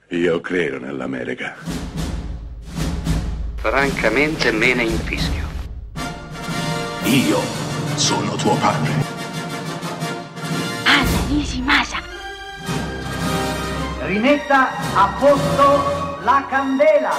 Io credo nell'America. Francamente me ne infischio. Io sono tuo padre. Anna Nishimasa. Rimetta a posto la candela.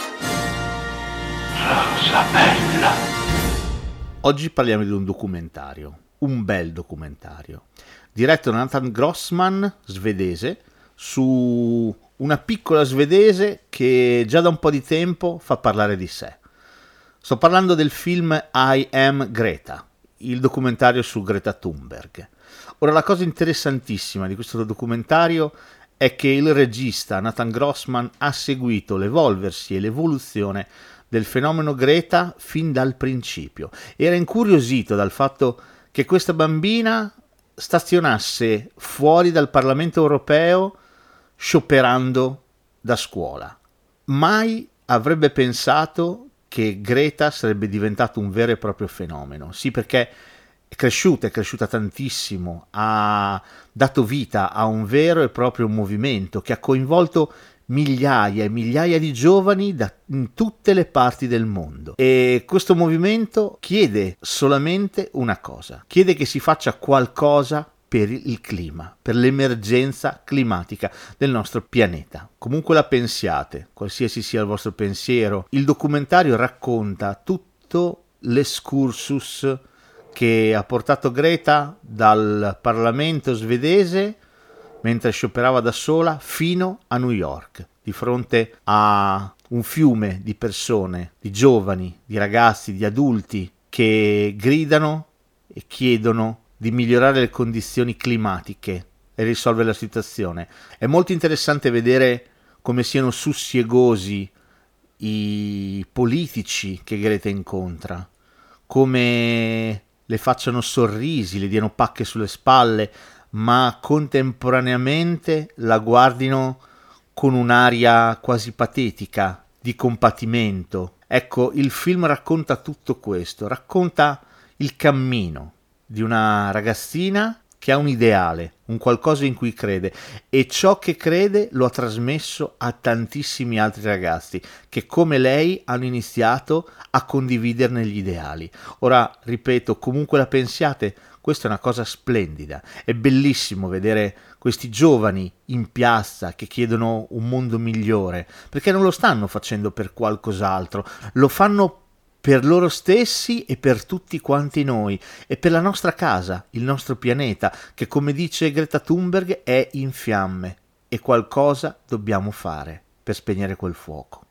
Rosa bella. Oggi parliamo di un documentario, un bel documentario, diretto da Nathan Grossman, svedese, su una piccola svedese che già da un po' di tempo fa parlare di sé. Sto parlando del film I Am Greta, il documentario su Greta Thunberg. Ora, la cosa interessantissima di questo documentario è che il regista Nathan Grossman ha seguito l'evolversi e l'evoluzione del fenomeno Greta fin dal principio. Era incuriosito dal fatto che questa bambina stazionasse fuori dal Parlamento europeo scioperando da scuola. Mai avrebbe pensato che Greta sarebbe diventato un vero e proprio fenomeno. Sì, perché è cresciuta tantissimo, ha dato vita a un vero e proprio movimento che ha coinvolto migliaia e migliaia di giovani in tutte le parti del mondo. E questo movimento chiede solamente una cosa: chiede che si faccia qualcosa per il clima, per l'emergenza climatica del nostro pianeta. Comunque la pensiate, qualsiasi sia il vostro pensiero, il documentario racconta tutto l'excursus che ha portato Greta dal Parlamento svedese, mentre scioperava da sola, fino a New York, di fronte a un fiume di persone, di giovani, di ragazzi, di adulti, che gridano e chiedono di migliorare le condizioni climatiche e risolvere la situazione. È molto interessante vedere come siano sussiegosi i politici che Greta incontra, come le facciano sorrisi, le diano pacche sulle spalle, ma contemporaneamente la guardino con un'aria quasi patetica, di compatimento. Ecco, il film racconta tutto questo, racconta il cammino di una ragazzina che ha un ideale, un qualcosa in cui crede, e ciò che crede lo ha trasmesso a tantissimi altri ragazzi che come lei hanno iniziato a condividerne gli ideali. Ora, ripeto, comunque la pensiate, questa è una cosa splendida. È bellissimo vedere questi giovani in piazza che chiedono un mondo migliore, perché non lo stanno facendo per qualcos'altro, lo fanno per loro stessi e per tutti quanti noi, e per la nostra casa, il nostro pianeta, che, come dice Greta Thunberg, è in fiamme, e qualcosa dobbiamo fare per spegnere quel fuoco.